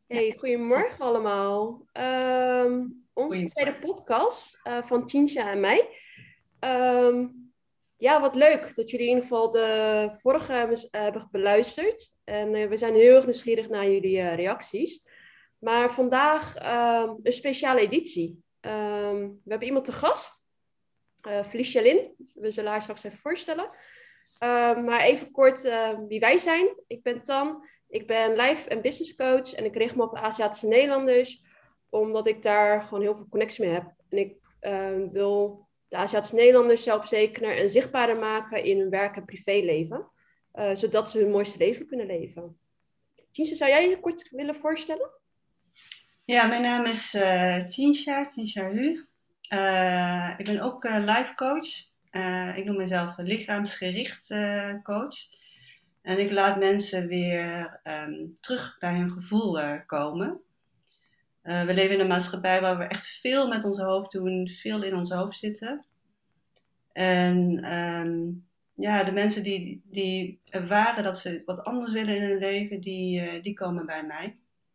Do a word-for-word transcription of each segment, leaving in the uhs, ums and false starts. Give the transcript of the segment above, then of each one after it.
Ja, Hey, zeker. goedemorgen allemaal. Ehm, onze tweede Goedemorgen. podcast eh, van Tiensja en mij. Ehm, ja, wat leuk dat jullie in ieder geval de vorige mis- eh, hebben beluisterd. En eh, we zijn heel erg nieuwsgierig naar jullie eh, reacties. Maar vandaag ehm, een speciale editie. Ehm, we hebben iemand te gast, eh Felicia Lin. We zullen haar straks even voorstellen. Uh, maar even kort uh, wie wij zijn. Ik ben Tan. Ik ben life- en business coach. En ik richt me op Aziatische Nederlanders. Omdat ik daar gewoon heel veel connectie mee heb. En ik uh, wil de Aziatische Nederlanders zelfzekerder en zichtbaarder maken in hun werk- en privéleven. Uh, zodat ze hun mooiste leven kunnen leven. Tiense, zou jij je kort willen voorstellen? Ja, mijn naam is uh, Tiensja, Tiensja Hu. Uh, ik ben ook uh, life coach. Uh, ik noem mezelf een lichaamsgericht uh, coach. En ik laat mensen weer um, terug bij hun gevoel uh, komen. Uh, we leven in een maatschappij waar we echt veel met ons hoofd doen, veel in ons hoofd zitten. En um, ja, de mensen die, die ervaren dat ze wat anders willen in hun leven, die, uh, die komen bij mij.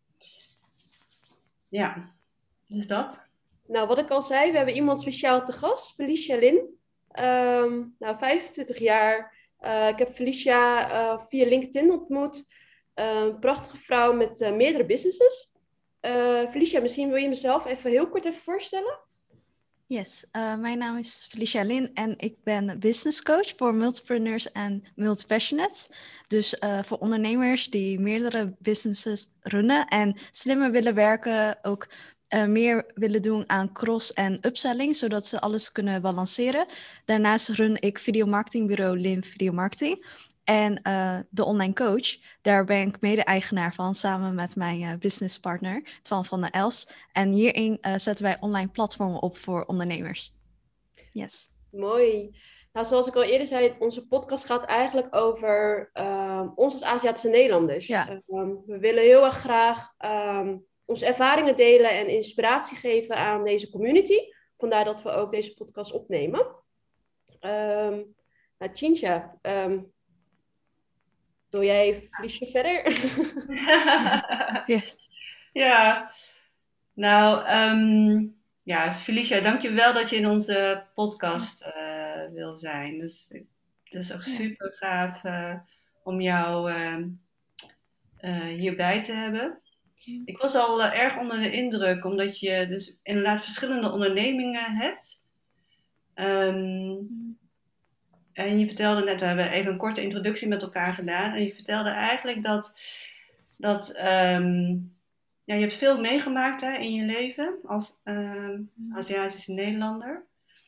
Ja, dus dat. Nou, wat ik al zei, we hebben iemand speciaal te gast, Felicia Lin. Um, nou, vijfentwintig jaar. Uh, ik heb Felicia uh, via LinkedIn ontmoet. Uh, een prachtige vrouw met uh, meerdere businesses. Uh, Felicia, misschien wil je mezelf even heel kort even voorstellen? Yes, uh, mijn naam is Felicia Lin en ik ben business coach voor multipreneurs en multipassionates. Dus uh, voor ondernemers die meerdere businesses runnen en slimmer willen werken, ook uh, meer willen doen aan cross- en upselling, zodat ze alles kunnen balanceren. Daarnaast run ik videomarketingbureau Lin Video Marketing. En uh, de online coach, daar ben ik mede-eigenaar van samen met mijn uh, businesspartner Twan van der Els. En hierin uh, zetten wij online platformen op voor ondernemers. Yes. Mooi. Nou, zoals ik al eerder zei, onze podcast gaat eigenlijk over um, ons als Aziatische Nederlanders. Ja. Um, we willen heel erg graag um, onze ervaringen delen en inspiratie geven aan deze community. Vandaar dat we ook deze podcast opnemen. Um, nou, Tiensja, um, wil jij Felicia verder? Yes. Ja, nou, um, ja, Felicia, dankjewel dat je in onze podcast uh, wil zijn. Dus het is ook super gaaf uh, om jou uh, uh, hierbij te hebben. Ik was al uh, erg onder de indruk, omdat je dus inderdaad verschillende ondernemingen hebt. Um, en je vertelde net, we hebben even een korte introductie met elkaar gedaan. En je vertelde eigenlijk dat, dat um, ja, je hebt veel meegemaakt hè, in je leven als uh, Aziatische Nederlander.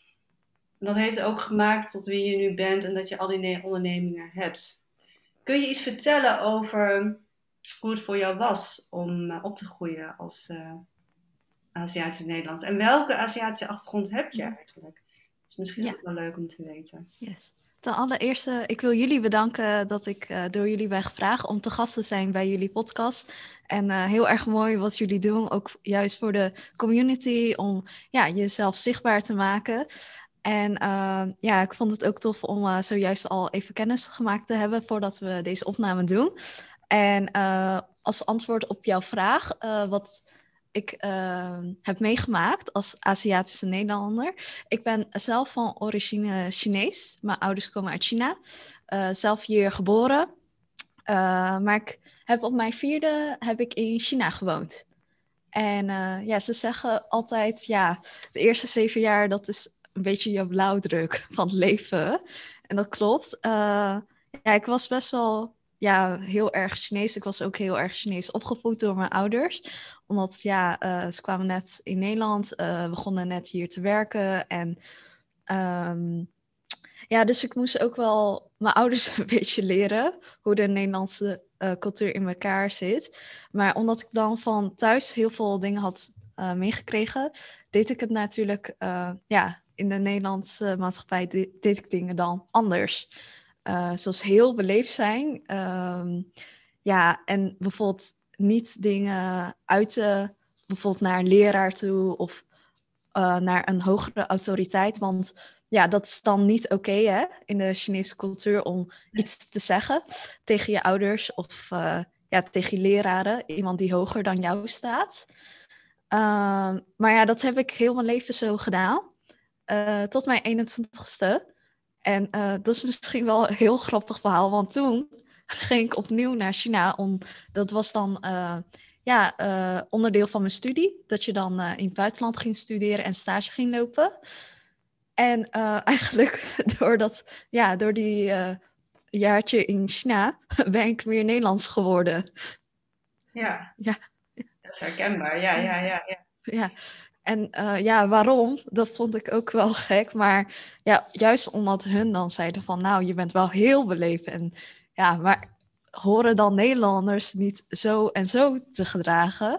En dat heeft ook gemaakt tot wie je nu bent en dat je al die ondernemingen hebt. Kun je iets vertellen over hoe het voor jou was om uh, op te groeien als uh, Aziatische Nederlander? En welke Aziatische achtergrond heb je eigenlijk? Dat is misschien ja. ook wel leuk om te weten. Yes. Ten allereerste, ik wil jullie bedanken dat ik uh, door jullie ben gevraagd om te gast te zijn bij jullie podcast. En uh, heel erg mooi wat jullie doen, ook juist voor de community, om ja, jezelf zichtbaar te maken. En uh, ja, ik vond het ook tof om uh, zojuist al even kennis gemaakt te hebben voordat we deze opname doen. En uh, als antwoord op jouw vraag, uh, wat ik uh, heb meegemaakt als Aziatische Nederlander. Ik ben zelf van origine Chinees. Mijn ouders komen uit China. Uh, zelf hier geboren. Uh, maar ik heb op mijn vierde heb ik in China gewoond. En uh, ja, ze zeggen altijd, ja, de eerste zeven jaar, dat is een beetje je blauwdruk van het leven. En dat klopt. Uh, ja, ik was best wel ja, heel erg Chinees. Ik was ook heel erg Chinees opgevoed door mijn ouders. Omdat, ja, uh, ze kwamen net in Nederland, uh, begonnen net hier te werken. En um, ja, dus ik moest ook wel mijn ouders een beetje leren hoe de Nederlandse uh, cultuur in elkaar zit. Maar omdat ik dan van thuis heel veel dingen had uh, meegekregen, deed ik het natuurlijk, uh, ja, in de Nederlandse maatschappij de- deed ik dingen dan anders. Uh, zoals heel beleefd zijn. Um, ja, en bijvoorbeeld niet dingen uiten, bijvoorbeeld naar een leraar toe of uh, naar een hogere autoriteit, want ja, dat is dan niet oké okay, hè, in de Chinese cultuur om iets te zeggen tegen je ouders of uh, ja, tegen leraren, iemand die hoger dan jou staat. Uh, maar ja, dat heb ik heel mijn leven zo gedaan. Uh, tot mijn eenentwintigste. En uh, dat is misschien wel een heel grappig verhaal, want toen ging ik opnieuw naar China. Om, dat was dan uh, ja, uh, onderdeel van mijn studie, dat je dan uh, in het buitenland ging studeren en stage ging lopen. En uh, eigenlijk door, dat, ja, door die uh, jaartje in China ben ik meer Nederlands geworden. Ja, ja. Dat is herkenbaar. Ja, ja, ja. ja. ja. En uh, ja, waarom? Dat vond ik ook wel gek. Maar ja, juist omdat hun dan zeiden van, nou, je bent wel heel beleefd. En ja, maar horen dan Nederlanders niet zo en zo te gedragen?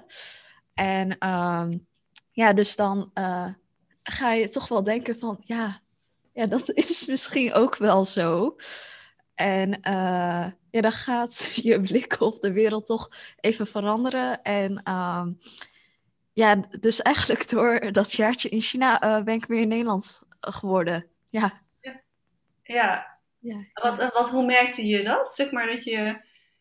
En uh, ja, dus dan uh, ga je toch wel denken van, ja, ja, dat is misschien ook wel zo. En uh, ja, dan gaat je blik op de wereld toch even veranderen. En uh, ja, dus eigenlijk door dat jaartje in China uh, ben ik meer Nederlands geworden. Ja. Ja. ja. ja wat, ja. wat, hoe merkte je dat? Zeg maar dat je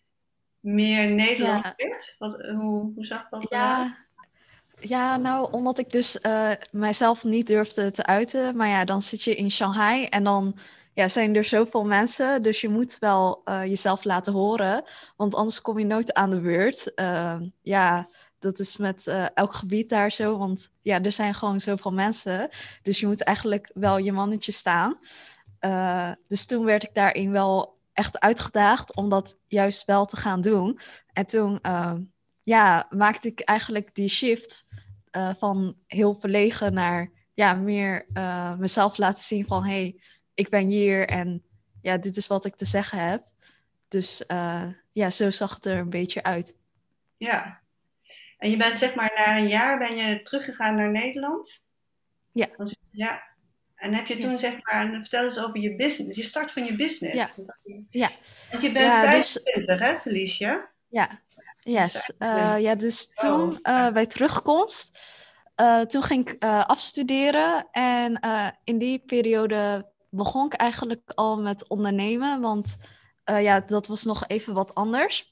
meer Nederlands ja. werd? Wat, hoe, hoe zag dat ja. eruit? Ja, nou, omdat ik dus uh, mijzelf niet durfde te uiten. Maar ja, dan zit je in Shanghai en dan ja, zijn er zoveel mensen. Dus je moet wel uh, jezelf laten horen. Want anders kom je nooit aan de beurt. Uh, ja, dat is met uh, elk gebied daar zo. Want ja, er zijn gewoon zoveel mensen. Dus je moet eigenlijk wel je mannetje staan. Uh, dus toen werd ik daarin wel echt uitgedaagd om dat juist wel te gaan doen. En toen... Uh, ja, maakte ik eigenlijk die shift uh, van heel verlegen naar ja, meer uh, mezelf laten zien van hé, hey, ik ben hier en ja, dit is wat ik te zeggen heb. Dus uh, ja, zo zag het er een beetje uit. Ja. En je bent zeg maar na een jaar ben je teruggegaan naar Nederland? Ja. Ja. En heb je toen yes. zeg maar, vertel eens over je business, je start van je business. Ja. ja. Want je bent ja, vijfentwintig, dus, hè, Felicia? Ja. Yes. Uh, ja, dus toen uh, bij terugkomst, uh, toen ging ik uh, afstuderen en uh, in die periode begon ik eigenlijk al met ondernemen, want uh, ja, dat was nog even wat anders.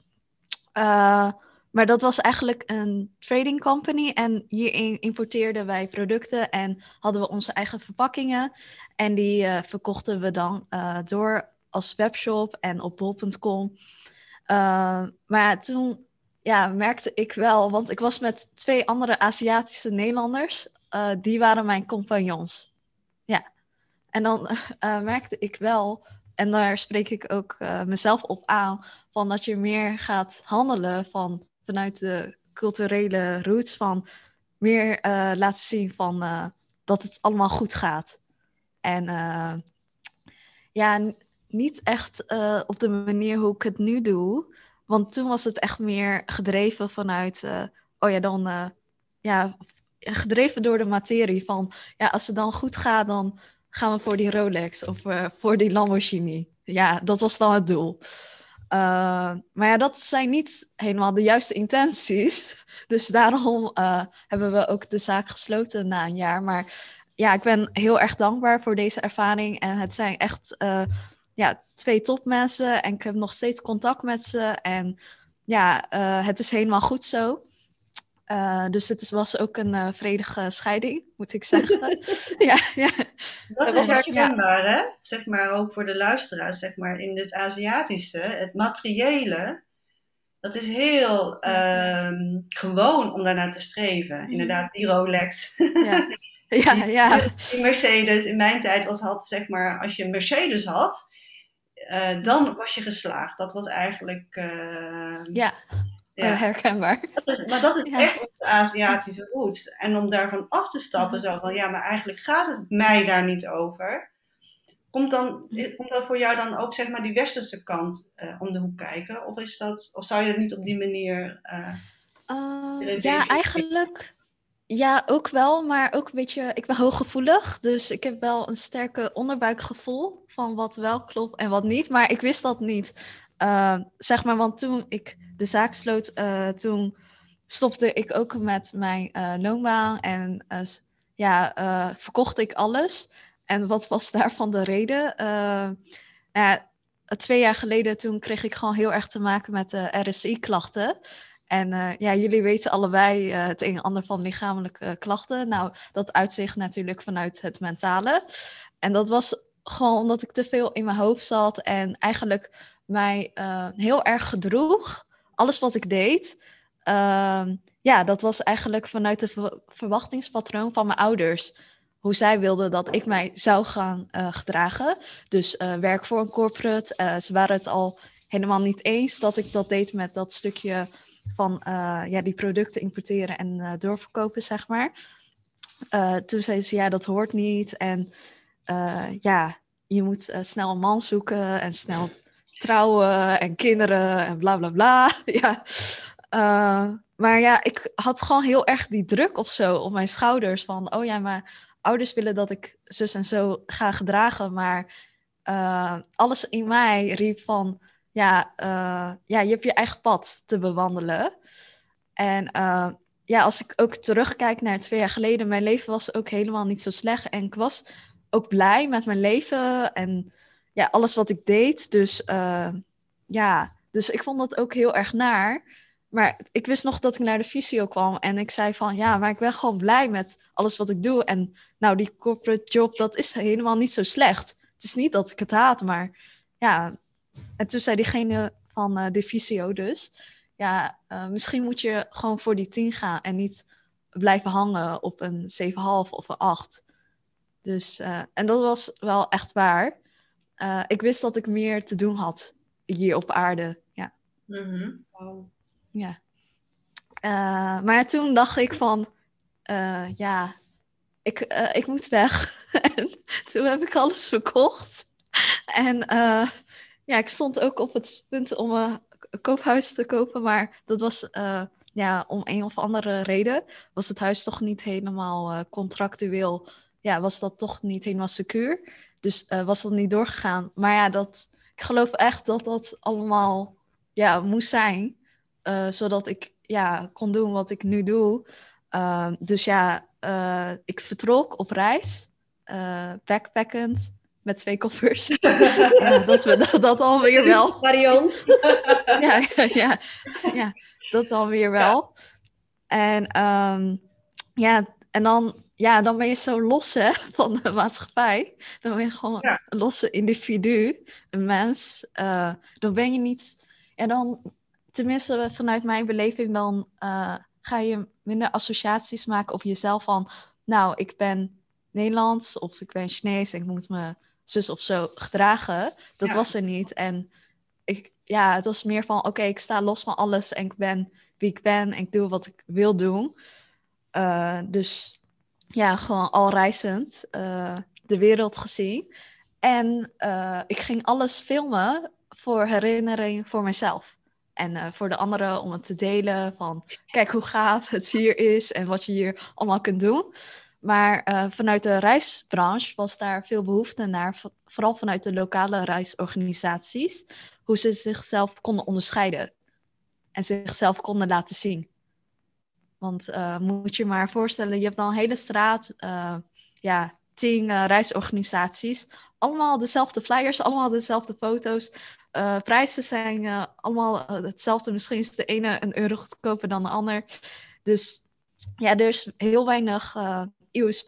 Uh, maar dat was eigenlijk een trading company en hierin importeerden wij producten en hadden we onze eigen verpakkingen en die uh, verkochten we dan uh, door als webshop en op bol punt com. Uh, maar ja, toen ja, merkte ik wel, want ik was met twee andere Aziatische Nederlanders, uh, die waren mijn compagnons. Ja, en dan uh, merkte ik wel, en daar spreek ik ook uh, mezelf op aan, van dat je meer gaat handelen van, vanuit de culturele roots, van meer uh, laten zien van uh, dat het allemaal goed gaat. En uh, ja, n- niet echt uh, op de manier hoe ik het nu doe. Want toen was het echt meer gedreven vanuit, uh, oh ja, dan, uh, ja, gedreven door de materie van, ja, als het dan goed gaat, dan gaan we voor die Rolex of uh, voor die Lamborghini. Ja, dat was dan het doel. Uh, maar ja, dat zijn niet helemaal de juiste intenties. Dus daarom uh, hebben we ook de zaak gesloten na een jaar. Maar ja, ik ben heel erg dankbaar voor deze ervaring. En het zijn echt uh, ja, twee topmensen. En ik heb nog steeds contact met ze. En ja, uh, het is helemaal goed zo. Uh, dus het is, was ook een uh, vredige scheiding, moet ik zeggen. ja, ja. Dat is herkenbaar, ja. Hè? Zeg maar ook voor de luisteraars, zeg maar in het Aziatische, het materiële, dat is heel uh, gewoon om daarnaar te streven. Inderdaad, die Rolex. Ja. Ja, die, ja. die Mercedes, in mijn tijd was had, zeg maar, als je een Mercedes had, uh, dan was je geslaagd. Dat was eigenlijk... Uh, ja. Ja. Herkenbaar. Dat is, maar dat is ja. echt de Aziatische roots. En om daarvan af te stappen, zo van ja, maar eigenlijk gaat het mij daar niet over. Komt dan, komt dat voor jou dan ook zeg maar die westerse kant uh, om de hoek kijken? Of, is dat, of zou je het niet op die manier... Uh, uh, ja, eigenlijk... Ja, ook wel, maar ook een beetje... Ik ben hooggevoelig, dus ik heb wel een sterke onderbuikgevoel van wat wel klopt en wat niet. Maar ik wist dat niet. Uh, zeg maar, want toen ik de zaak sloot, uh, toen stopte ik ook met mijn uh, loonbaan en uh, ja, uh, verkocht ik alles. En wat was daarvan de reden? Uh, nou ja, twee jaar geleden toen kreeg ik gewoon heel erg te maken met de R S I-klachten. En uh, ja, jullie weten allebei uh, het een en ander van lichamelijke uh, klachten. Nou, dat uitzicht natuurlijk vanuit het mentale. En dat was gewoon omdat ik te veel in mijn hoofd zat en eigenlijk mij uh, heel erg gedroeg. Alles wat ik deed, uh, ja, dat was eigenlijk vanuit de ver- verwachtingspatroon van mijn ouders. Hoe zij wilden dat ik mij zou gaan uh, gedragen. Dus uh, werk voor een corporate. Uh, ze waren het al helemaal niet eens dat ik dat deed met dat stukje van uh, ja, die producten importeren en uh, doorverkopen, zeg maar. Uh, toen zeiden ze, ja, dat hoort niet. En uh, ja, je moet uh, snel een man zoeken en snel trouwen en kinderen en bla bla bla. ja. Uh, maar ja, ik had gewoon heel erg die druk of zo op mijn schouders van, oh ja, maar ouders willen dat ik zus en zo ga gedragen, maar uh, alles in mij riep van, ja, uh, ja, je hebt je eigen pad te bewandelen. En uh, ja, als ik ook terugkijk naar twee jaar geleden, mijn leven was ook helemaal niet zo slecht. En ik was ook blij met mijn leven en ja, alles wat ik deed. Dus uh, ja, dus ik vond dat ook heel erg naar. Maar ik wist nog dat ik naar de fysio kwam en ik zei van, ja, maar ik ben gewoon blij met alles wat ik doe. En nou, die corporate job, dat is helemaal niet zo slecht. Het is niet dat ik het haat, maar ja. En toen zei diegene van uh, de fysio dus, ja, uh, misschien moet je gewoon voor die tien gaan en niet blijven hangen op een zeven komma vijf of een acht. Dus, uh, en dat was wel echt waar. Uh, ik wist dat ik meer te doen had hier op aarde. Ja. Mm-hmm. Wow. Ja. Uh, maar toen dacht ik van, uh, ja, ik, uh, ik moet weg. En toen heb ik alles verkocht. En uh, ja, ik stond ook op het punt om een koophuis te kopen, maar dat was uh, ja, om een of andere reden. Was het huis toch niet helemaal uh, contractueel, ja, was dat toch niet helemaal secuur. Dus uh, was dat niet doorgegaan. Maar ja, dat, ik geloof echt dat dat allemaal ja, moest zijn, uh, zodat ik ja, kon doen wat ik nu doe. Uh, dus ja, uh, ik vertrok op reis, uh, backpackend, met twee koffers. ja, dat we dat, dat alweer wel. Variant. ja, ja, ja, ja, dat alweer wel. Ja. En um, ja, en dan, ja, dan ben je zo los hè, van de maatschappij. Dan ben je gewoon ja. een losse individu, een mens. Uh, dan ben je niet... En dan, tenminste vanuit mijn beleving, dan uh, ga je minder associaties maken op jezelf van... Nou, ik ben Nederlands of ik ben Chinees en ik moet me zus of zo gedragen. Dat ja. was er niet. En ik, ja, het was meer van, oké, okay, ik sta los van alles en ik ben wie ik ben en ik doe wat ik wil doen. Uh, dus ja, gewoon al reizend uh, de wereld gezien. En uh, ik ging alles filmen voor herinnering voor mezelf. En uh, voor de anderen om het te delen van, kijk hoe gaaf het hier is en wat je hier allemaal kunt doen. Maar uh, vanuit de reisbranche was daar veel behoefte naar, vooral vanuit de lokale reisorganisaties, hoe ze zichzelf konden onderscheiden en zichzelf konden laten zien. Want uh, moet je maar voorstellen, je hebt dan een hele straat, uh, ja, tien uh, reisorganisaties, allemaal dezelfde flyers, allemaal dezelfde foto's. Uh, prijzen zijn uh, allemaal uh, hetzelfde, misschien is de ene een euro goedkoper dan de ander. Dus ja, er is heel weinig uh, U S P.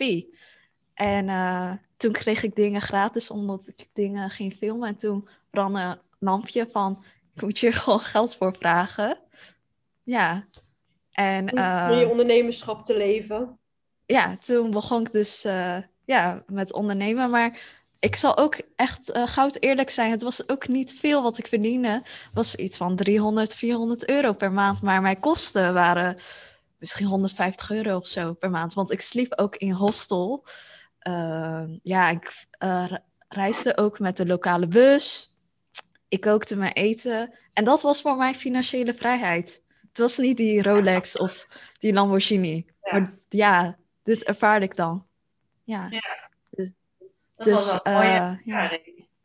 En uh, toen kreeg ik dingen gratis, omdat ik dingen ging filmen. En toen brandde een lampje van, ik moet je gewoon geld voor vragen. Ja. En, uh, om je ondernemerschap te leven. Ja, toen begon ik dus uh, ja, met ondernemen. Maar ik zal ook echt uh, goud eerlijk zijn. Het was ook niet veel wat ik verdiende. Het was iets van driehonderd, vierhonderd euro per maand. Maar mijn kosten waren misschien honderdvijftig euro of zo per maand. Want ik sliep ook in hostel. Uh, ja, ik uh, reisde ook met de lokale bus. Ik kookte mijn eten. En dat was voor mij financiële vrijheid. Het was niet die Rolex of die Lamborghini. Ja. Maar ja, dit ervaarde ik dan. Ja. ja. Dus, dat was wel een mooie ervaring. Ja.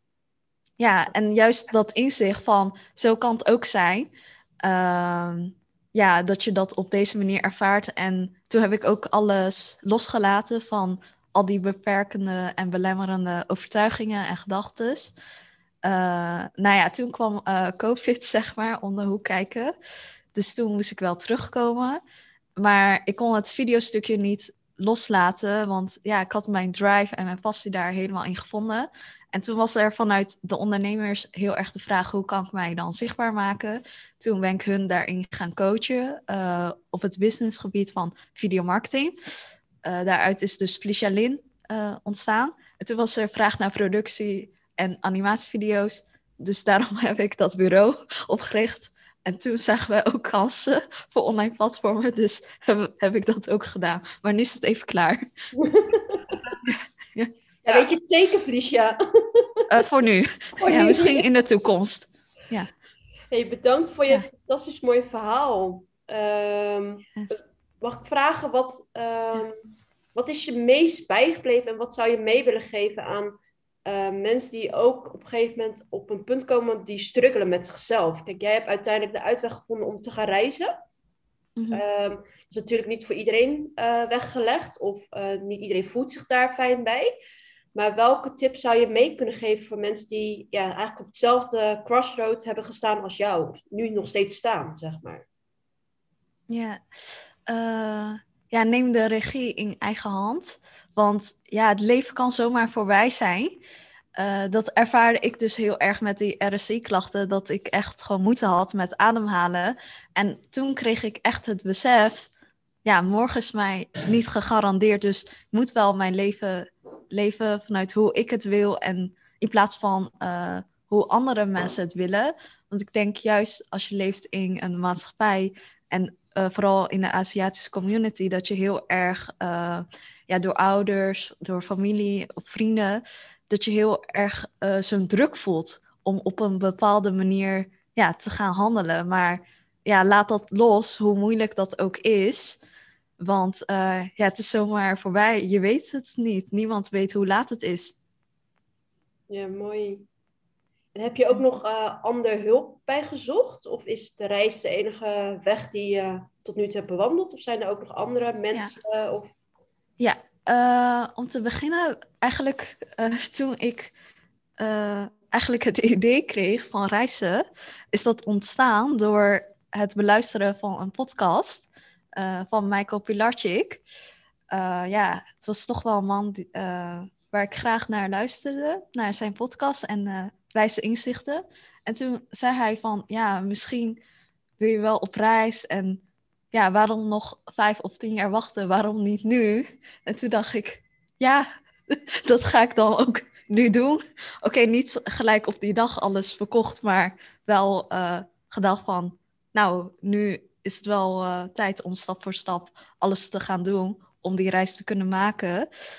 ja, en juist dat inzicht van, zo kan het ook zijn. Uh, ja, dat je dat op deze manier ervaart. En toen heb ik ook alles losgelaten van al die beperkende en belemmerende overtuigingen en gedachtes. Uh, nou ja, toen kwam uh, COVID, zeg maar, om de hoek kijken. Dus toen moest ik wel terugkomen. Maar ik kon het videostukje niet loslaten, want ja, ik had mijn drive en mijn passie daar helemaal in gevonden. En toen was er vanuit de ondernemers heel erg de vraag, hoe kan ik mij dan zichtbaar maken? Toen ben ik hun daarin gaan coachen uh, op het businessgebied van videomarketing. Uh, daaruit is dus Felicia Lin uh, ontstaan. En toen was er vraag naar productie en animatievideo's. Dus daarom heb ik dat bureau opgericht. En toen zagen wij ook kansen voor online platformen. Dus heb, heb ik dat ook gedaan. Maar nu is het even klaar. ja. Ja, weet je het zeker, Felicia? Uh, voor nu. Voor ja, nu. Misschien in de toekomst. Ja. Hey, bedankt voor je ja. fantastisch mooie verhaal. Um, yes. Mag ik vragen, wat, um, ja. wat is je meest bijgebleven en wat zou je mee willen geven aan uh, mensen die ook op een gegeven moment op een punt komen die struggelen met zichzelf? Kijk, jij hebt uiteindelijk de uitweg gevonden om te gaan reizen. Mm-hmm. Um, dat is natuurlijk niet voor iedereen uh, weggelegd of uh, niet iedereen voelt zich daar fijn bij. Maar welke tip zou je mee kunnen geven voor mensen die ja, eigenlijk op hetzelfde crossroad hebben gestaan als jou? Of nu nog steeds staan, zeg maar. Ja, uh, ja, neem de regie in eigen hand. Want ja, het leven kan zomaar voorbij zijn. Uh, dat ervaarde ik dus heel erg met die R S I-klachten. Dat ik echt gewoon moeite had met ademhalen. En toen kreeg ik echt het besef... Ja, morgen is mij niet gegarandeerd. Dus ik moet wel mijn leven... leven vanuit hoe ik het wil en in plaats van uh, hoe andere mensen het willen. Want ik denk juist als je leeft in een maatschappij en uh, vooral in de Aziatische community, dat je heel erg uh, ja, door ouders, door familie of vrienden, dat je heel erg uh, zo'n druk voelt om op een bepaalde manier ja, te gaan handelen. Maar ja, laat dat los, hoe moeilijk dat ook is. Want uh, ja, het is zomaar voorbij. Je weet het niet. Niemand weet hoe laat het is. Ja, mooi. En heb je ook nog uh, andere hulp bij gezocht? Of is de reis de enige weg die je tot nu toe hebt bewandeld? Of zijn er ook nog andere mensen? Ja, uh, of... ja uh, om te beginnen, eigenlijk uh, toen ik uh, eigenlijk het idee kreeg van reizen, is dat ontstaan door het beluisteren van een podcast. Uh, van Michael Pilarczyk. Uh, ja, het was toch wel een man die, uh, waar ik graag naar luisterde, naar zijn podcast en uh, wijze inzichten. En toen zei hij van, ja, misschien wil je wel op reis en ja, waarom nog vijf of tien jaar wachten? Waarom niet nu? En toen dacht ik, ja, dat ga ik dan ook nu doen. Oké, okay, niet gelijk op die dag alles verkocht, maar wel uh, gedacht van, nou, nu is het wel uh, tijd om stap voor stap alles te gaan doen om die reis te kunnen maken.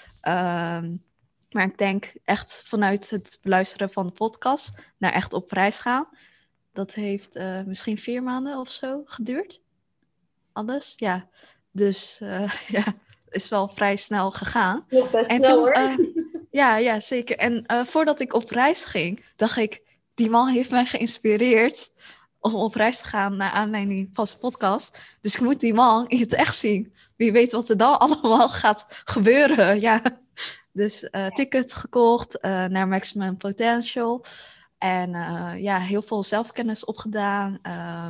Um, maar ik denk echt vanuit het beluisteren van de podcast naar echt op reis gaan. Dat heeft uh, misschien vier maanden of zo geduurd. Alles, ja. Dus uh, ja, is wel vrij snel gegaan. Nog best en snel, toen, hoor. Uh, ja, ja, zeker. En uh, voordat ik op reis ging, dacht ik, die man heeft mij geïnspireerd om op reis te gaan naar aanleiding van zijn podcast. Dus ik moet die man in het echt zien. Wie weet wat er dan allemaal gaat gebeuren. Ja. Dus uh, ticket gekocht uh, naar Maximum Potential. En uh, ja, heel veel zelfkennis opgedaan. Uh,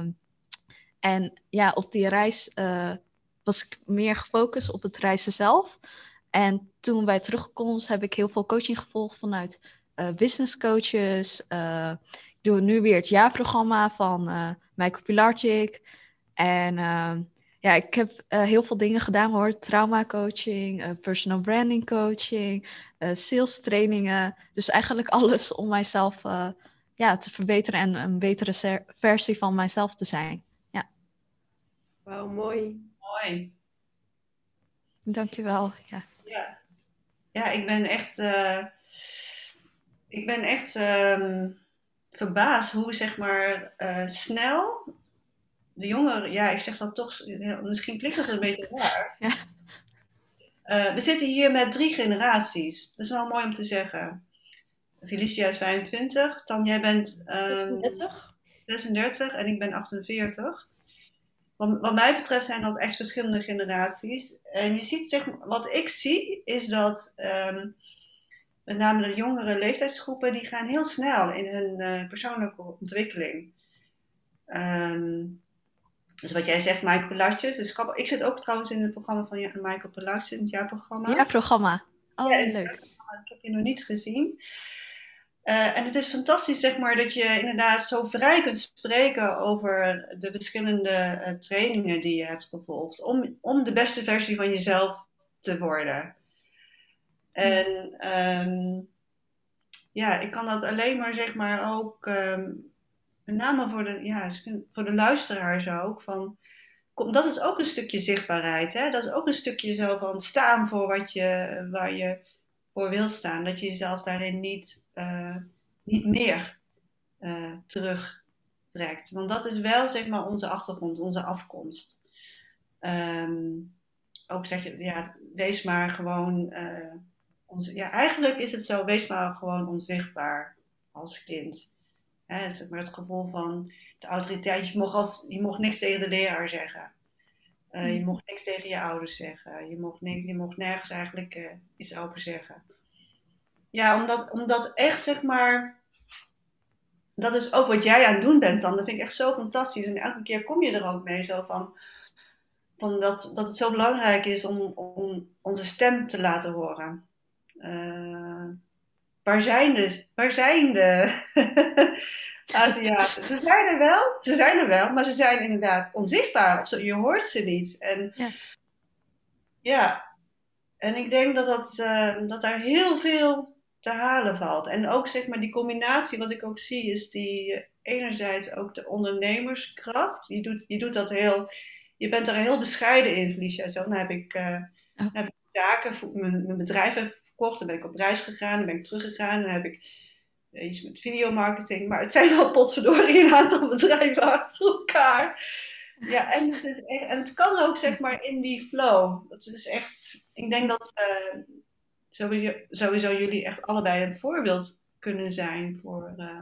en ja, op die reis uh, was ik meer gefocust op het reizen zelf. En toen bij terugkomst heb ik heel veel coaching gevolgd vanuit uh, business coaches. Uh, ik doe nu weer het jaarprogramma van uh, Michael Pilarczyk. En uh, ja, ik heb uh, heel veel dingen gedaan hoor. Trauma coaching, uh, personal branding coaching, uh, sales trainingen. Dus eigenlijk alles om mijzelf uh, ja, te verbeteren en een betere ser- versie van mijzelf te zijn. Ja. Wauw, mooi. Mooi. Dankjewel. Ja. Ja. Ja, ik ben echt, uh, ik ben echt um, verbaasd hoe zeg maar uh, snel de jongeren, ja, ik zeg dat toch, misschien klinkt dat een beetje raar. Ja. Uh, we zitten hier met drie generaties. Dat is wel mooi om te zeggen. Felicia is vijfentwintig, Tan, jij bent um, zesendertig. zesendertig en ik ben achtenveertig. Wat, wat mij betreft zijn dat echt verschillende generaties. En je ziet, zeg maar, wat ik zie, is dat um, met name de jongere leeftijdsgroepen, die gaan heel snel in hun uh, persoonlijke ontwikkeling. Um, dus wat jij zegt, Michael Pilatjes. Dus ik zit ook trouwens in het programma van Michael Pilatjes, in het jaarprogramma. Ja, programma. Oh, ja, leuk. Ik heb je nog niet gezien. Uh, en het is fantastisch, zeg maar, dat je inderdaad zo vrij kunt spreken over de verschillende uh, trainingen die je hebt gevolgd. Om, om de beste versie van jezelf te worden. En um, ja, ik kan dat alleen maar, zeg maar, ook, um, met name voor de, ja, voor de luisteraars ook, van, kom, dat is ook een stukje zichtbaarheid, hè? Dat is ook een stukje zo van staan voor wat je, waar je voor wil staan. Dat je jezelf daarin niet, uh, niet meer uh, terugtrekt. Want dat is wel, zeg maar, onze achtergrond, onze afkomst. Um, ook zeg je, ja, wees maar gewoon... Uh, Ons, ja, eigenlijk is het zo, wees maar gewoon onzichtbaar als kind. Hè, zeg maar het gevoel van de autoriteit. Je mocht, als, je mocht niks tegen de leraar zeggen. Uh, je mocht niks tegen je ouders zeggen. Je mocht, niks, je mocht nergens eigenlijk uh, iets over zeggen. Ja, omdat, omdat echt, zeg maar... Dat is ook wat jij aan het doen bent dan. Dat vind ik echt zo fantastisch. En elke keer kom je er ook mee zo van... van dat, dat het zo belangrijk is om, om onze stem te laten horen. Uh, waar zijn de, waar zijn de Aziaten? Ze zijn er wel, ze zijn er wel, maar ze zijn inderdaad onzichtbaar. Of zo, je hoort ze niet. En ja, ja en ik denk dat, dat, uh, dat daar heel veel te halen valt. En ook zeg maar die combinatie, wat ik ook zie, is die uh, enerzijds ook de ondernemerskracht. Je doet, je doet dat heel, je bent er heel bescheiden in, Felicia. Zo, dan heb ik, uh, oh. dan heb ik zaken, mijn, mijn bedrijf heb dan ben ik op reis gegaan, dan ben ik teruggegaan, dan heb ik iets met videomarketing, maar het zijn wel potverdorie een aantal bedrijven achter elkaar. Ja, en het, is echt, en het kan ook, zeg maar, in die flow. Dat is echt, ik denk dat uh, sowieso, sowieso jullie echt allebei een voorbeeld kunnen zijn voor uh,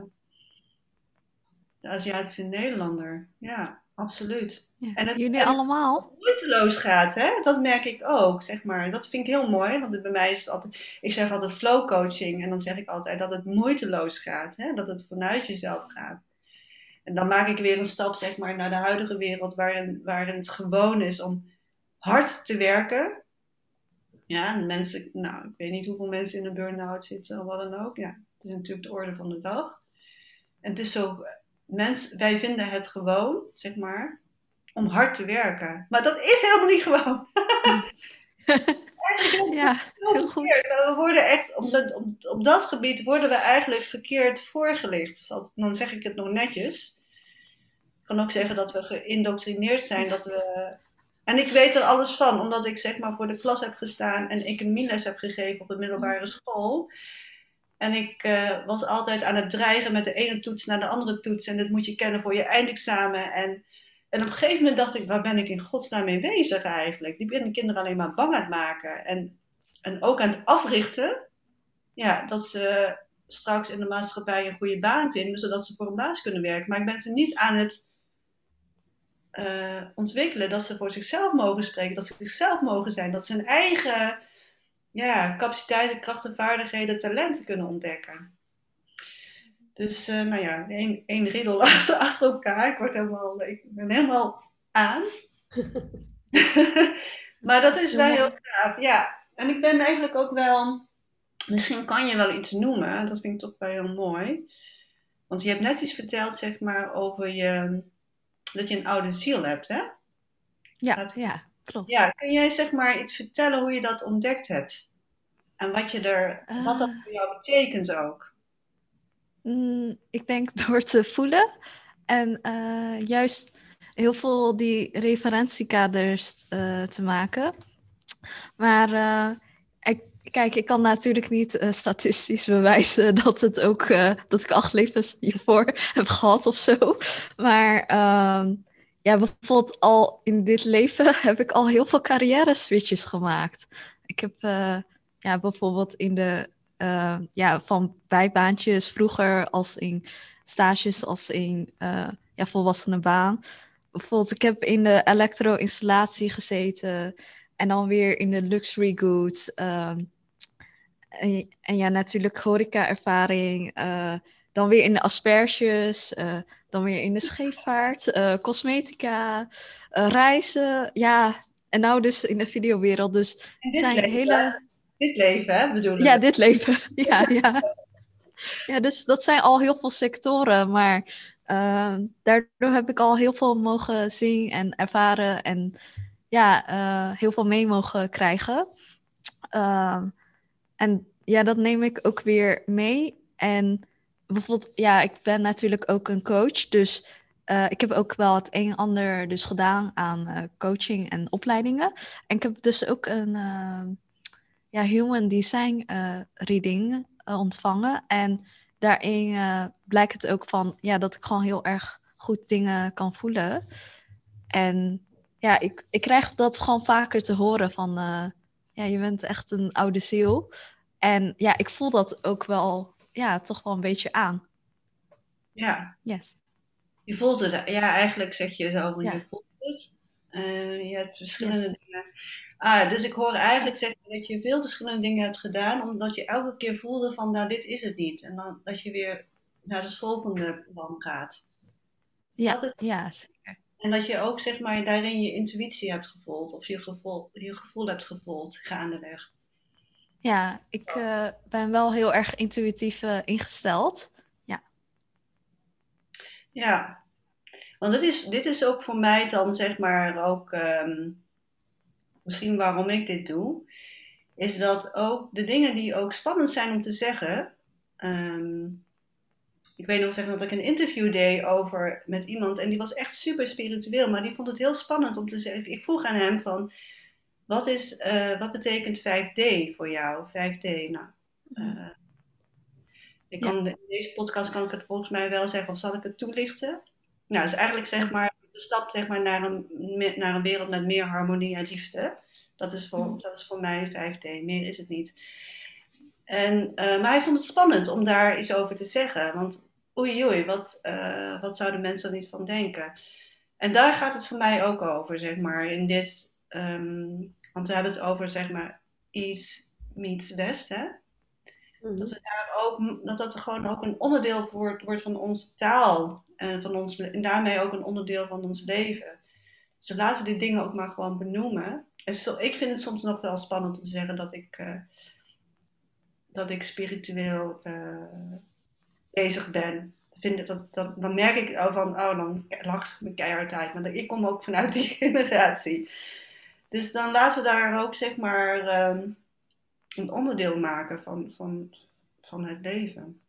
de Aziatische Nederlander. Ja, absoluut. Ja, en het, jullie en allemaal? Het moeiteloos gaat, hè? Dat merk ik ook, zeg maar. Dat vind ik heel mooi, want het, bij mij is het altijd... Ik zeg altijd flow coaching en dan zeg ik altijd dat het moeiteloos gaat, hè? Dat het vanuit jezelf gaat. En dan maak ik weer een stap, zeg maar, naar de huidige wereld waarin, waarin het gewoon is om hard te werken. Ja, mensen... Nou, ik weet niet hoeveel mensen in een burn-out zitten of wat dan ook. Ja, het is natuurlijk de orde van de dag. En het is zo... Mens, wij vinden het gewoon, zeg maar... om hard te werken. Maar dat is helemaal niet gewoon. Ja, heel goed. We worden echt, op dat, op, op dat gebied worden we eigenlijk verkeerd voorgelicht. Dus dan zeg ik het nog netjes. Ik kan ook zeggen dat we geïndoctrineerd zijn. Dat we, en ik weet er alles van, omdat ik zeg maar voor de klas heb gestaan en economieles heb gegeven op de middelbare school. En ik uh, was altijd aan het dreigen met de ene toets naar de andere toets. En dit moet je kennen voor je eindexamen. En En op een gegeven moment dacht ik, waar ben ik in godsnaam mee bezig eigenlijk? Die ben de kinderen alleen maar bang aan het maken. En, en ook aan het africhten. Ja, dat ze straks in de maatschappij een goede baan vinden. Zodat ze voor een baas kunnen werken. Maar ik ben ze niet aan het uh, ontwikkelen. Dat ze voor zichzelf mogen spreken. Dat ze zichzelf mogen zijn. Dat ze hun eigen ja, capaciteiten, krachten, vaardigheden, talenten kunnen ontdekken. Dus, uh, nou ja, één, één riddel achter, achter elkaar. Ik, word helemaal, ik ben helemaal aan. Maar dat is wel heel gaaf. Ja, en ik ben eigenlijk ook wel... Misschien kan je wel iets noemen. Dat vind ik toch wel heel mooi. Want je hebt net iets verteld, zeg maar, over je... Dat je een oude ziel hebt, hè? Ja, dat, ja, klopt. Ja, kun jij, zeg maar, iets vertellen hoe je dat ontdekt hebt? En wat, je er, uh... wat dat voor jou betekent ook? Mm, ik denk door te voelen en uh, juist heel veel die referentiekaders uh, te maken. Maar uh, ik, kijk, ik kan natuurlijk niet uh, statistisch bewijzen dat, het ook, uh, dat ik acht levens hiervoor heb gehad of zo. Maar uh, ja, bijvoorbeeld al in dit leven heb ik al heel veel carrière switches gemaakt. Ik heb uh, ja, bijvoorbeeld in de... Uh, ja, van bijbaantjes vroeger als in stages, als in uh, ja, volwassene baan. Bijvoorbeeld, ik heb in de elektro-installatie gezeten en dan weer in de luxury goods. Uh, En, en ja, natuurlijk horeca-ervaring. Uh, dan weer in de asperges. Uh, dan weer in de scheepvaart. Uh, cosmetica. Uh, reizen. Ja, en nou dus in de videowereld. Dus En het dit zijn leven, hele... Dit leven, hè, bedoelen Ja, we. dit leven. ja, ja. Ja, dus dat zijn al heel veel sectoren. Maar uh, daardoor heb ik al heel veel mogen zien en ervaren. En ja, uh, heel veel mee mogen krijgen. Uh, en ja, dat neem ik ook weer mee. En bijvoorbeeld, ja, ik ben natuurlijk ook een coach. Dus uh, ik heb ook wel het een en ander dus gedaan aan uh, coaching en opleidingen. En ik heb dus ook een uh, ja, human design uh, reading uh, ontvangen. En daarin uh, blijkt het ook van ja, dat ik gewoon heel erg goed dingen kan voelen. En ja, ik, ik krijg dat gewoon vaker te horen van uh, ja, je bent echt een oude ziel. En ja, ik voel dat ook wel, ja, toch wel een beetje aan. Ja. Yes. Je voelt het, ja, eigenlijk zeg je zo, want ja. je voelt het. Uh, je hebt verschillende yes. dingen. Ah, dus ik hoor eigenlijk zeggen dat je veel verschillende dingen hebt gedaan, omdat je elke keer voelde van, nou, dit is het niet. En dan dat je weer naar het volgende plan gaat. Ja, dat is... ja, zeker. En dat je ook, zeg maar, daarin je intuïtie hebt gevolgd, of je gevoel, je gevoel hebt gevolgd, gaandeweg. Ja, ik uh, ben wel heel erg intuïtief uh, ingesteld. Ja. Ja, want dit is, dit is ook voor mij dan, zeg maar, ook um, misschien waarom ik dit doe, is dat ook de dingen die ook spannend zijn om te zeggen. Um, ik weet nog zeggen dat ik een interview deed over met iemand en die was echt super spiritueel, maar die vond het heel spannend om te zeggen. Ik vroeg aan hem van, wat is, uh, wat betekent vijf D voor jou? vijf D, nou. Uh, ik kan, ja. In deze podcast kan ik het volgens mij wel zeggen, of zal ik het toelichten? Nou, dus eigenlijk zeg maar de stap zeg maar, naar, een, naar een wereld met meer harmonie en liefde. Dat is voor, dat is voor mij vijf D, meer is het niet. En, uh, maar hij vond het spannend om daar iets over te zeggen. Want oei oei, wat, uh, wat zouden mensen er niet van denken? En daar gaat het voor mij ook over, zeg maar. In dit, um, want we hebben het over, zeg maar, East meets West, hè? Mm-hmm. Dat, we daar ook, dat dat gewoon ook een onderdeel wordt, wordt van onze taal. En, van ons, en daarmee ook een onderdeel van ons leven. Dus laten we die dingen ook maar gewoon benoemen. En so, ik vind het soms nog wel spannend om te zeggen dat ik, uh, dat ik spiritueel uh, bezig ben. Vind dat, dat, dan merk ik oh, van, oh, dan lach ze me keihard uit. Maar ik kom ook vanuit die generatie. Dus dan laten we daar ook, zeg maar, um, een onderdeel maken van, van, van het leven.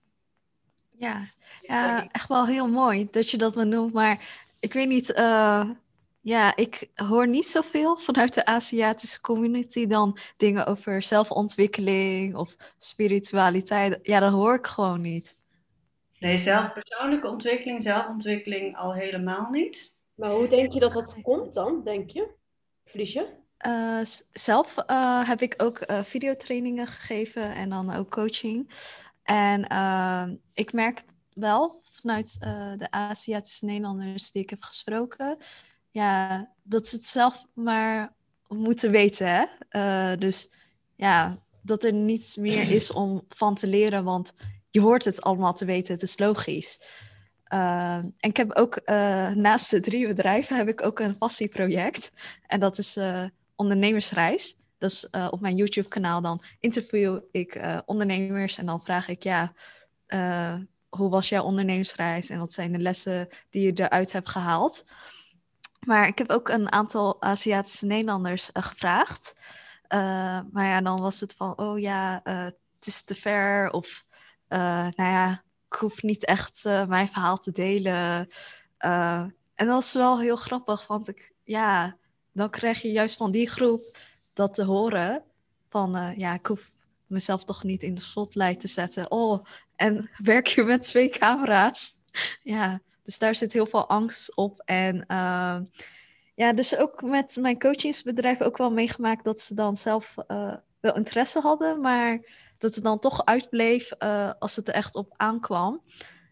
Ja, ja, echt wel heel mooi dat je dat benoemt. Maar ik weet niet, uh, ja, ik hoor niet zoveel vanuit de Aziatische community dan dingen over zelfontwikkeling of spiritualiteit. Ja, dat hoor ik gewoon niet. Nee, zelf persoonlijke ontwikkeling, zelfontwikkeling al helemaal niet. Maar hoe denk je dat dat komt dan, denk je, Felicia? Uh, zelf uh, heb ik ook uh, videotrainingen gegeven en dan ook coaching. En uh, ik merk wel vanuit uh, de Aziatische Nederlanders die ik heb gesproken, ja, dat ze het zelf maar moeten weten. Hè? Uh, dus ja, dat er niets meer is om van te leren, want je hoort het allemaal te weten, het is logisch. Uh, en ik heb ook uh, naast de drie bedrijven heb ik ook een passieproject. En dat is uh, ondernemersreis. Dus uh, op mijn YouTube-kanaal dan interview ik uh, ondernemers en dan vraag ik, ja, uh, hoe was jouw ondernemersreis en wat zijn de lessen die je eruit hebt gehaald? Maar ik heb ook een aantal Aziatische Nederlanders uh, gevraagd. Uh, maar ja, dan was het van, oh ja, uh, het is te ver of, uh, nou ja, ik hoef niet echt uh, mijn verhaal te delen. Uh, en dat is wel heel grappig, want ik, ja, dan krijg je juist van die groep dat te horen van, uh, ja, ik hoef mezelf toch niet in de spotlight te zetten. Oh, en werk je met twee camera's? Ja, dus daar zit heel veel angst op. En uh, ja, dus ook met mijn coachingsbedrijf ook wel meegemaakt dat ze dan zelf uh, wel interesse hadden, maar dat het dan toch uitbleef uh, als het er echt op aankwam.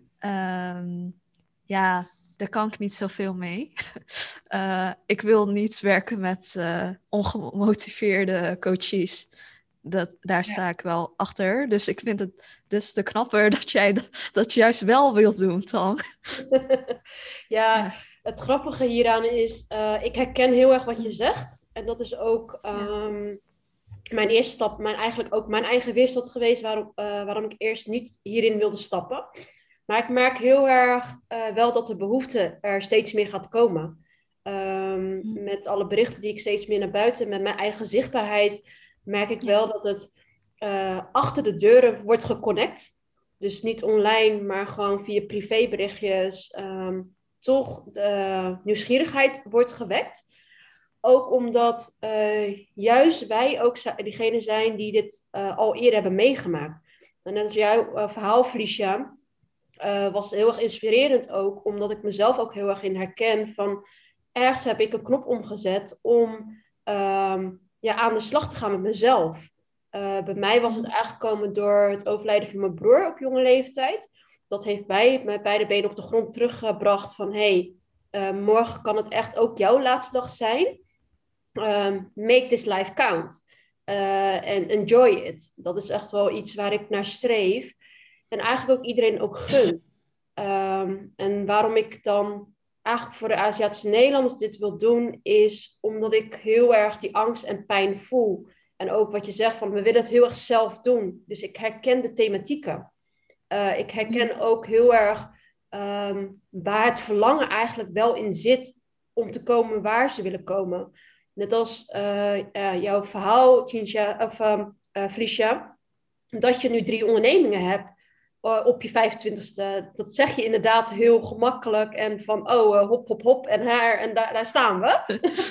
Um, ja, daar kan ik niet zoveel mee. Uh, ik wil niet werken met uh, ongemotiveerde coaches. dat, daar Ja. sta ik wel achter. Dus ik vind het dus te knapper dat jij d- dat juist wel wilt doen, Tang. Ja, Ja. het grappige hieraan is, uh, ik herken heel erg wat je zegt. En dat is ook um, mijn eerste stap, mijn, eigenlijk ook mijn eigen weerstand geweest waarom, uh, waarom ik eerst niet hierin wilde stappen. Maar ik merk heel erg uh, wel dat de behoefte er steeds meer gaat komen. Um, met alle berichten die ik steeds meer naar buiten, met mijn eigen zichtbaarheid, merk ik wel dat het uh, achter de deuren wordt geconnect. Dus niet online, maar gewoon via privéberichtjes. Um, toch de nieuwsgierigheid wordt gewekt. Ook omdat uh, juist wij ook diegenen zijn die dit uh, al eerder hebben meegemaakt. En net als jouw uh, verhaal, Felicia, uh, was heel erg inspirerend ook. Omdat ik mezelf ook heel erg in herken van... Ergens heb ik een knop omgezet om um, ja, aan de slag te gaan met mezelf. Uh, bij mij was het aangekomen door het overlijden van mijn broer op jonge leeftijd. Dat heeft mij met beide benen op de grond teruggebracht van... hey, uh, morgen kan het echt ook jouw laatste dag zijn. Um, make this life count. En uh, enjoy it. Dat is echt wel iets waar ik naar streef. En eigenlijk ook iedereen ook gun. Um, en waarom ik dan eigenlijk voor de Aziatische Nederlanders dit wil doen... is omdat ik heel erg die angst en pijn voel... En ook wat je zegt, van we willen het heel erg zelf doen. Dus ik herken de thematieken. Uh, ik herken ook heel erg um, waar het verlangen eigenlijk wel in zit... om te komen waar ze willen komen. Net als uh, uh, jouw verhaal, Tinsja, of um, uh, Felicia... dat je nu drie ondernemingen hebt uh, op je vijfentwintigste. Dat zeg je inderdaad heel gemakkelijk. En van, oh, uh, hop, hop, hop, en haar, en da- daar staan we.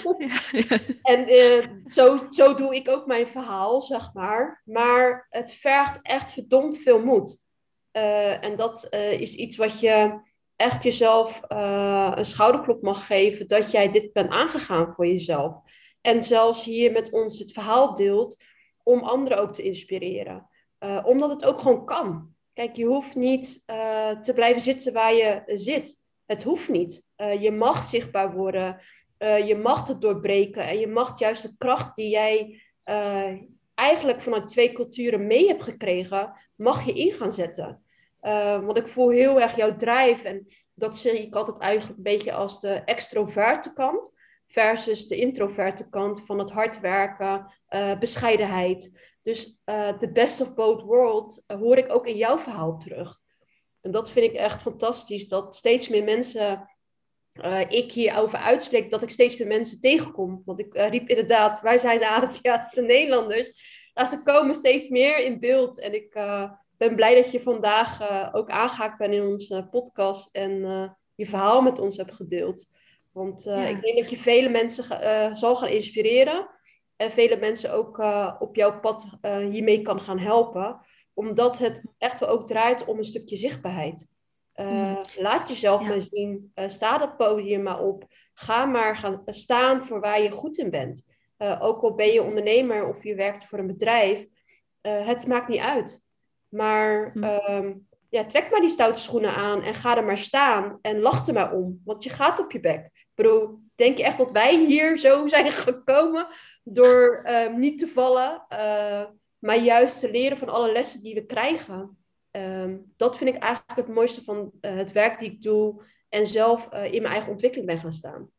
Ja, ja. En uh, zo, zo doe ik ook mijn verhaal, zeg maar. Maar het vergt echt verdomd veel moed. Uh, en dat uh, is iets wat je echt jezelf uh, een schouderklop mag geven... dat jij dit bent aangegaan voor jezelf. En zelfs hier met ons het verhaal deelt... om anderen ook te inspireren. Uh, omdat het ook gewoon kan. Kijk, je hoeft niet uh, te blijven zitten waar je zit. Het hoeft niet. Uh, je mag zichtbaar worden. Uh, je mag het doorbreken. En je mag juist de kracht die jij uh, eigenlijk vanuit twee culturen mee hebt gekregen... mag je in gaan zetten. Uh, want ik voel heel erg jouw drive. En dat zie ik altijd eigenlijk een beetje als de extroverte kant... versus de introverte kant van het hard werken, uh, bescheidenheid... Dus de uh, best of both worlds uh, hoor ik ook in jouw verhaal terug. En dat vind ik echt fantastisch. Dat steeds meer mensen, uh, ik hierover uitspreek, dat ik steeds meer mensen tegenkom. Want ik uh, riep inderdaad, wij zijn de Aziatische Nederlanders. Nou, ze komen steeds meer in beeld. En ik uh, ben blij dat je vandaag uh, ook aangehaakt bent in onze podcast. En uh, je verhaal met ons hebt gedeeld. Want uh, ja. ik denk dat je vele mensen uh, zal gaan inspireren. En vele mensen ook uh, op jouw pad uh, hiermee kan gaan helpen. Omdat het echt wel ook draait om een stukje zichtbaarheid. Uh, mm. Laat jezelf ja. maar zien. Uh, sta dat podium maar op. Ga maar gaan staan voor waar je goed in bent. Uh, ook al ben je ondernemer of je werkt voor een bedrijf. Uh, het maakt niet uit. Maar mm. uh, ja, trek maar die stoute schoenen aan. En ga er maar staan. En lach er maar om. Want je gaat op je bek. Ik bedoel, denk je echt dat wij hier zo zijn gekomen... door uh, niet te vallen, uh, maar juist te leren van alle lessen die we krijgen. Um, dat vind ik eigenlijk het mooiste van uh, het werk die ik doe en zelf uh, in mijn eigen ontwikkeling ben gaan staan.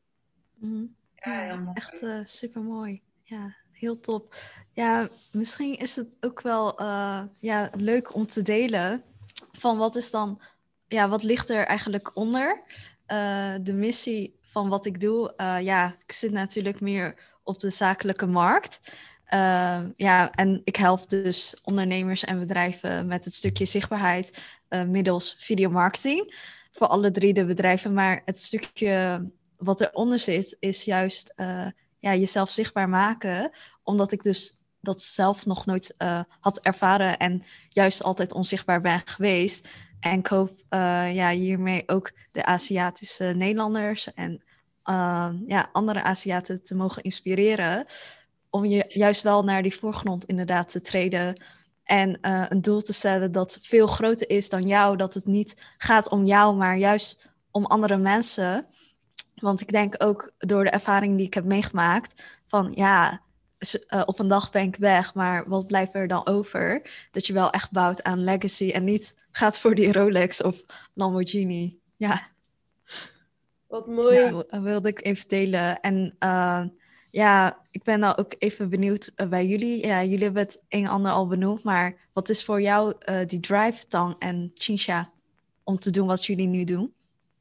Mm-hmm. Ja, ja, echt uh, super mooi. Ja, heel top. Ja, misschien is het ook wel uh, ja, leuk om te delen van wat is dan, ja, wat ligt er eigenlijk onder uh, de missie van wat ik doe. Uh, ja, ik zit natuurlijk meer op de zakelijke markt. Uh, ja, en ik help dus ondernemers en bedrijven met het stukje zichtbaarheid uh, middels videomarketing voor alle drie de bedrijven. Maar het stukje wat eronder zit is juist uh, ja, jezelf zichtbaar maken, omdat ik dus dat zelf nog nooit uh, had ervaren en juist altijd onzichtbaar ben geweest. En ik hoop uh, ja, hiermee ook de Aziatische Nederlanders en uh, ja, andere Aziaten te mogen inspireren om je juist wel naar die voorgrond inderdaad te treden en uh, een doel te stellen dat veel groter is dan jou, dat het niet gaat om jou, maar juist om andere mensen. Want ik denk ook door de ervaring die ik heb meegemaakt van ja, uh, op een dag ben ik weg, maar wat blijft er dan over? Dat je wel echt bouwt aan legacy en niet gaat voor die Rolex of Lamborghini. Ja, Wat mooi. dat wil- wilde ik even delen. En uh, ja, ik ben nou ook even benieuwd uh, bij jullie. Ja, jullie hebben het een en ander al benoemd, maar wat is voor jou uh, die drive, Tang en Cinsha, om te doen wat jullie nu doen?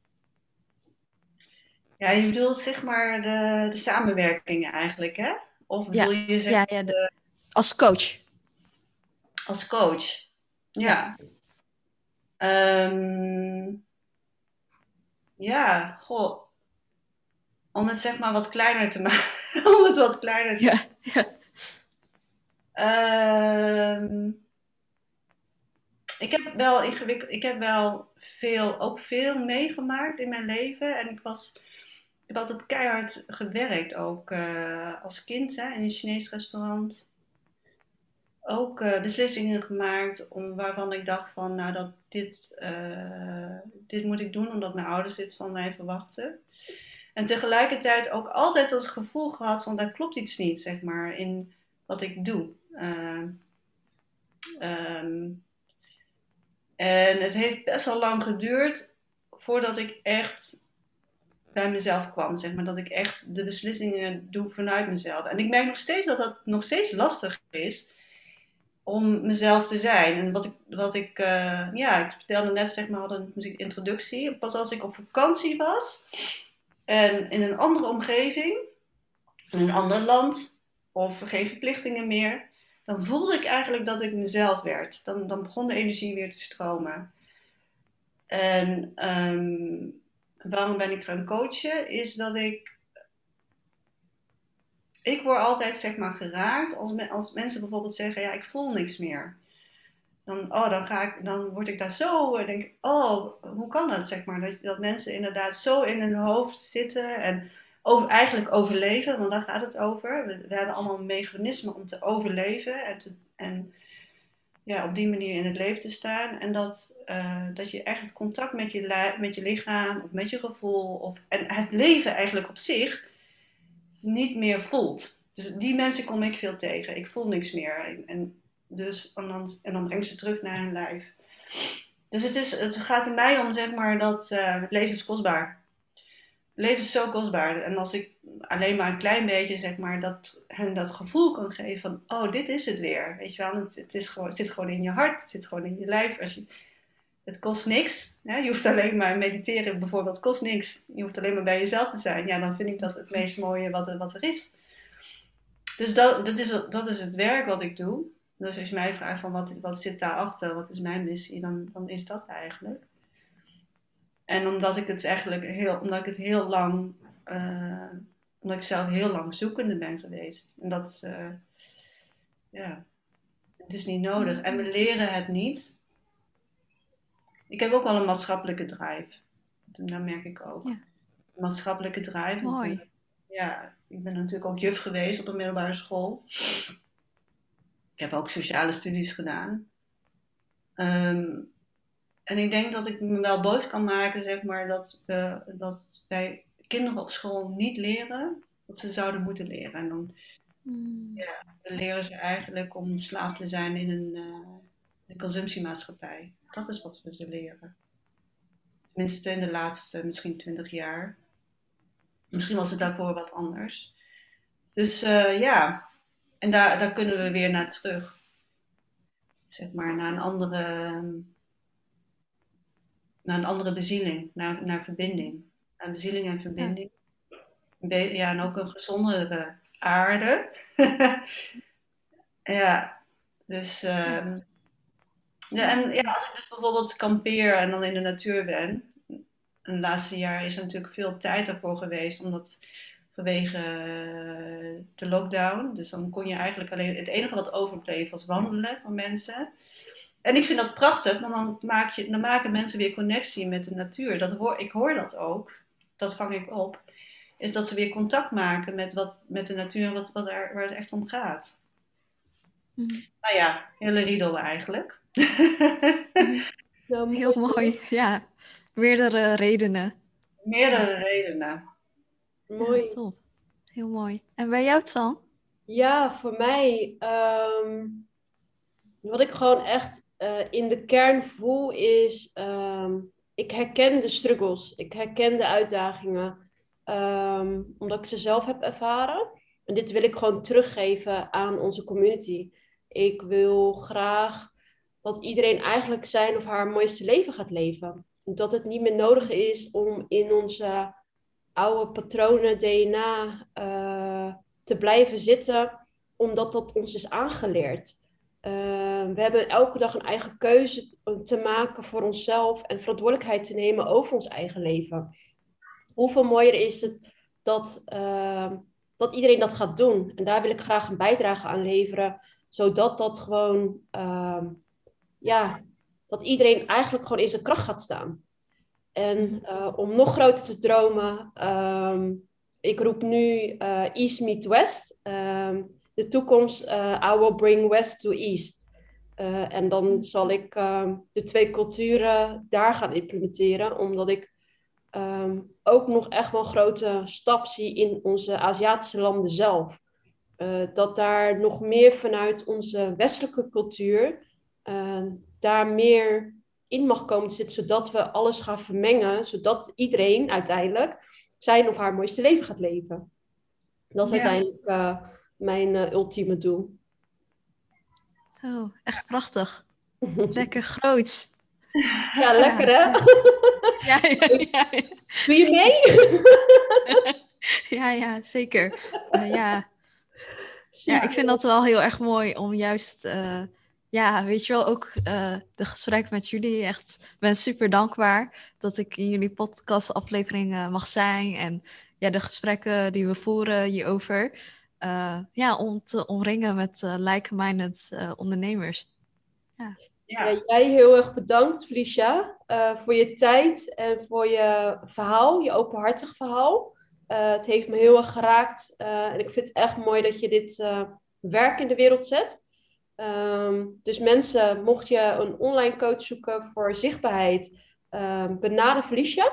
Ja, je bedoelt zeg maar de, de samenwerkingen eigenlijk, hè? Of bedoel Ja, je zeg ja, maar ja de, de- als coach. als coach? Ja. Ja. Ehm, ja, goh. Om het zeg maar wat kleiner te maken. Om het wat kleiner te Ja, ja. Ehm, ik heb wel ingewikkeld, ik heb wel veel, ook veel meegemaakt in mijn leven. En ik was, ik heb altijd keihard gewerkt, ook eh, als kind hè, in een Chinees restaurant. Ook eh, beslissingen gemaakt om, waarvan ik dacht van, nou dat dit, eh, dit moet ik doen omdat mijn ouders dit van mij verwachten. En tegelijkertijd ook altijd het gevoel gehad van, daar klopt iets niet, zeg maar, in wat ik doe. Uh, um, en het heeft best wel lang geduurd voordat ik echt bij mezelf kwam, zeg maar, dat ik echt de beslissingen doe vanuit mezelf. En ik merk nog steeds dat dat nog steeds lastig is om mezelf te zijn. En wat ik, wat ik uh, ja, ik vertelde net, zeg maar, hadden een introductie. Pas als ik op vakantie was en in een andere omgeving, in een ander land, of geen verplichtingen meer, dan voelde ik eigenlijk dat ik mezelf werd. Dan, dan begon de energie weer te stromen. En um, waarom ben ik gaan coachen? Is dat ik ik word altijd, zeg maar, geraakt als, me, als mensen bijvoorbeeld zeggen, ja, ik voel niks meer. Dan, oh, dan, ga ik, dan word ik daar zo, denk ik, oh, hoe kan dat, zeg maar, dat, dat mensen inderdaad zo in hun hoofd zitten en over, eigenlijk overleven, want daar gaat het over. We, we hebben allemaal mechanismen om te overleven en, te, en ja, op die manier in het leven te staan. En dat, uh, dat je echt contact met je, met je lichaam of met je gevoel of, en het leven eigenlijk op zich niet meer voelt. Dus die mensen kom ik veel tegen. Ik voel niks meer. En, dus, en, dan, en dan breng ik ze terug naar hun lijf. Dus het, is, het gaat er mij om, zeg maar, dat uh, het leven is kostbaar. Het leven is zo kostbaar. En als ik alleen maar een klein beetje, zeg maar, dat, hen dat gevoel kan geven van, oh, dit is het weer. Weet je wel, het, het, is gewoon, het zit gewoon in je hart. Het zit gewoon in je lijf. Als je, het kost niks. Hè? Je hoeft alleen maar mediteren bijvoorbeeld, kost niks. Je hoeft alleen maar bij jezelf te zijn. Ja, dan vind ik dat het meest mooie wat er, wat er is. Dus dat, dat, is, dat is het werk wat ik doe. Dus als je mij vraagt van wat, wat zit daarachter, wat is mijn missie, dan, dan is dat eigenlijk. En omdat ik het eigenlijk heel, omdat ik het heel lang, uh, omdat ik zelf heel lang zoekende ben geweest. En dat, uh, ja, het is niet nodig. En we leren het niet. Ik heb ook wel een maatschappelijke drive. Dat merk ik ook. Ja. Een maatschappelijke drive. Mooi. Ik ben, ja, ik ben natuurlijk ook juf geweest op een middelbare school. Ik heb ook sociale studies gedaan. Um, en ik denk dat ik me wel boos kan maken, zeg maar, dat, we, dat wij kinderen op school niet leren wat ze zouden moeten leren. En dan, mm. ja, dan leren ze eigenlijk om slaaf te zijn in een, uh, een consumptiemaatschappij. Dat is wat we ze leren. Tenminste in de laatste misschien twintig jaar. Misschien was het daarvoor wat anders. Dus uh, ja, en daar, daar kunnen we weer naar terug. Zeg maar, naar een andere, naar een andere bezieling, naar, naar verbinding. Naar bezieling en verbinding. Ja, ja, en ook een gezondere aarde. Ja, dus... Uh, ja, en ja, als ik dus bijvoorbeeld kampeer en dan in de natuur ben... En de laatste jaar is er natuurlijk veel tijd daarvoor geweest, omdat vanwege de lockdown. Dus dan kon je eigenlijk alleen, het enige wat overbleef was wandelen van mensen. En ik vind dat prachtig, want dan, maak je, dan maken mensen weer connectie met de natuur. Dat hoor, ik hoor dat ook, dat vang ik op. Is dat ze weer contact maken met, wat, met de natuur, wat, wat er, waar het echt om gaat. Mm. Nou ja, hele riedel eigenlijk. Mm. Heel mooi, ja. Meerdere redenen. Meerdere redenen. Mooi. Ja, top. Heel mooi. En bij jou, Tan? Ja, voor mij, ehm, wat ik gewoon echt eh, in de kern voel is, ehm, ik herken de struggles, ik herken de uitdagingen, ehm, omdat ik ze zelf heb ervaren. En dit wil ik gewoon teruggeven aan onze community. Ik wil graag dat iedereen eigenlijk zijn of haar mooiste leven gaat leven. Dat het niet meer nodig is om in onze oude patronen, D N A eh, te blijven zitten, omdat dat ons is aangeleerd. Uh, we hebben elke dag een eigen keuze te maken voor onszelf en verantwoordelijkheid te nemen over ons eigen leven. Hoeveel mooier is het dat, uh, dat iedereen dat gaat doen? En daar wil ik graag een bijdrage aan leveren, zodat dat gewoon, uh, ja, dat iedereen eigenlijk gewoon in zijn kracht gaat staan. En uh, om nog groter te dromen, um, ik roep nu uh, East meet West. Um, de toekomst, uh, I will bring West to East. Uh, en dan zal ik um, de twee culturen daar gaan implementeren, omdat ik um, ook nog echt wel een grote stap zie in onze Aziatische landen zelf. Uh, dat daar nog meer vanuit onze westelijke cultuur uh, daar meer in mag komen te zitten, zodat we alles gaan vermengen, zodat iedereen uiteindelijk zijn of haar mooiste leven gaat leven. Dat is ja. uiteindelijk uh, mijn uh, ultieme doel. Zo, echt prachtig. Lekker groots. Ja, lekker ja. hè? Ja, ja, ja, ja. Doe je mee? Ja, ja, zeker. Uh, ja. ja, ik vind dat wel heel erg mooi om juist... Uh, Ja, weet je wel, ook uh, de gesprek met jullie. Echt, ik ben super dankbaar dat ik in jullie podcastaflevering uh, mag zijn. En ja, de gesprekken die we voeren hierover. Uh, ja, om te omringen met uh, like-minded uh, ondernemers. Ja. Ja. Ja, jij heel erg bedankt, Felicia, uh, voor je tijd en voor je verhaal, je openhartig verhaal. Uh, het heeft me heel erg geraakt. Uh, en ik vind het echt mooi dat je dit uh, werk in de wereld zet. Um, dus mensen, mocht je een online coach zoeken voor zichtbaarheid, um, benader Felicia.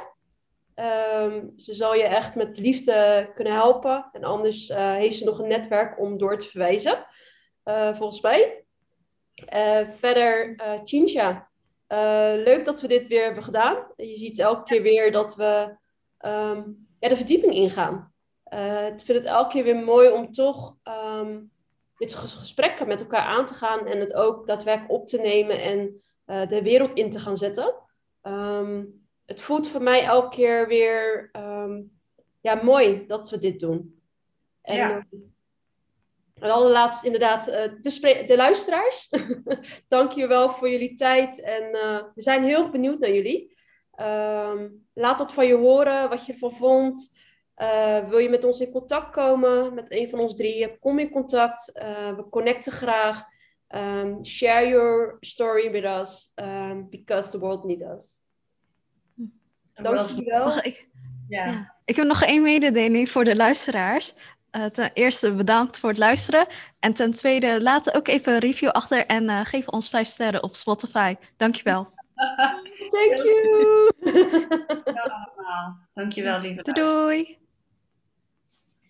Um, ze zal je echt met liefde kunnen helpen. En anders uh, heeft ze nog een netwerk om door te verwijzen, uh, volgens mij. Uh, verder, uh, Cinzia, uh, leuk dat we dit weer hebben gedaan. Je ziet elke keer weer dat we um, ja, de verdieping ingaan. Uh, ik vind het elke keer weer mooi om toch... Um, dit gesprekken met elkaar aan te gaan en het ook daadwerkelijk op te nemen en uh, de wereld in te gaan zetten. Um, het voelt voor mij elke keer weer um, ja, mooi dat we dit doen. En ja. uh, en allerlaatst inderdaad uh, de, spre- de luisteraars. Dank je wel voor jullie tijd en uh, we zijn heel erg benieuwd naar jullie. Um, laat wat van je horen, wat je ervan vond. Uh, wil je met ons in contact komen, met een van ons drieën, kom in contact. Uh, we connecten graag. Um, share your story with us, um, because the world needs us. Dank je wel. Ik, ja. Ja. ik heb nog één mededeling voor de luisteraars. Uh, ten eerste bedankt voor het luisteren. En ten tweede, laat ook even een review achter en uh, geef ons vijf sterren op Spotify. Dankjewel. Thank you. Dankjewel allemaal. Dankjewel, lieve. Doei doei.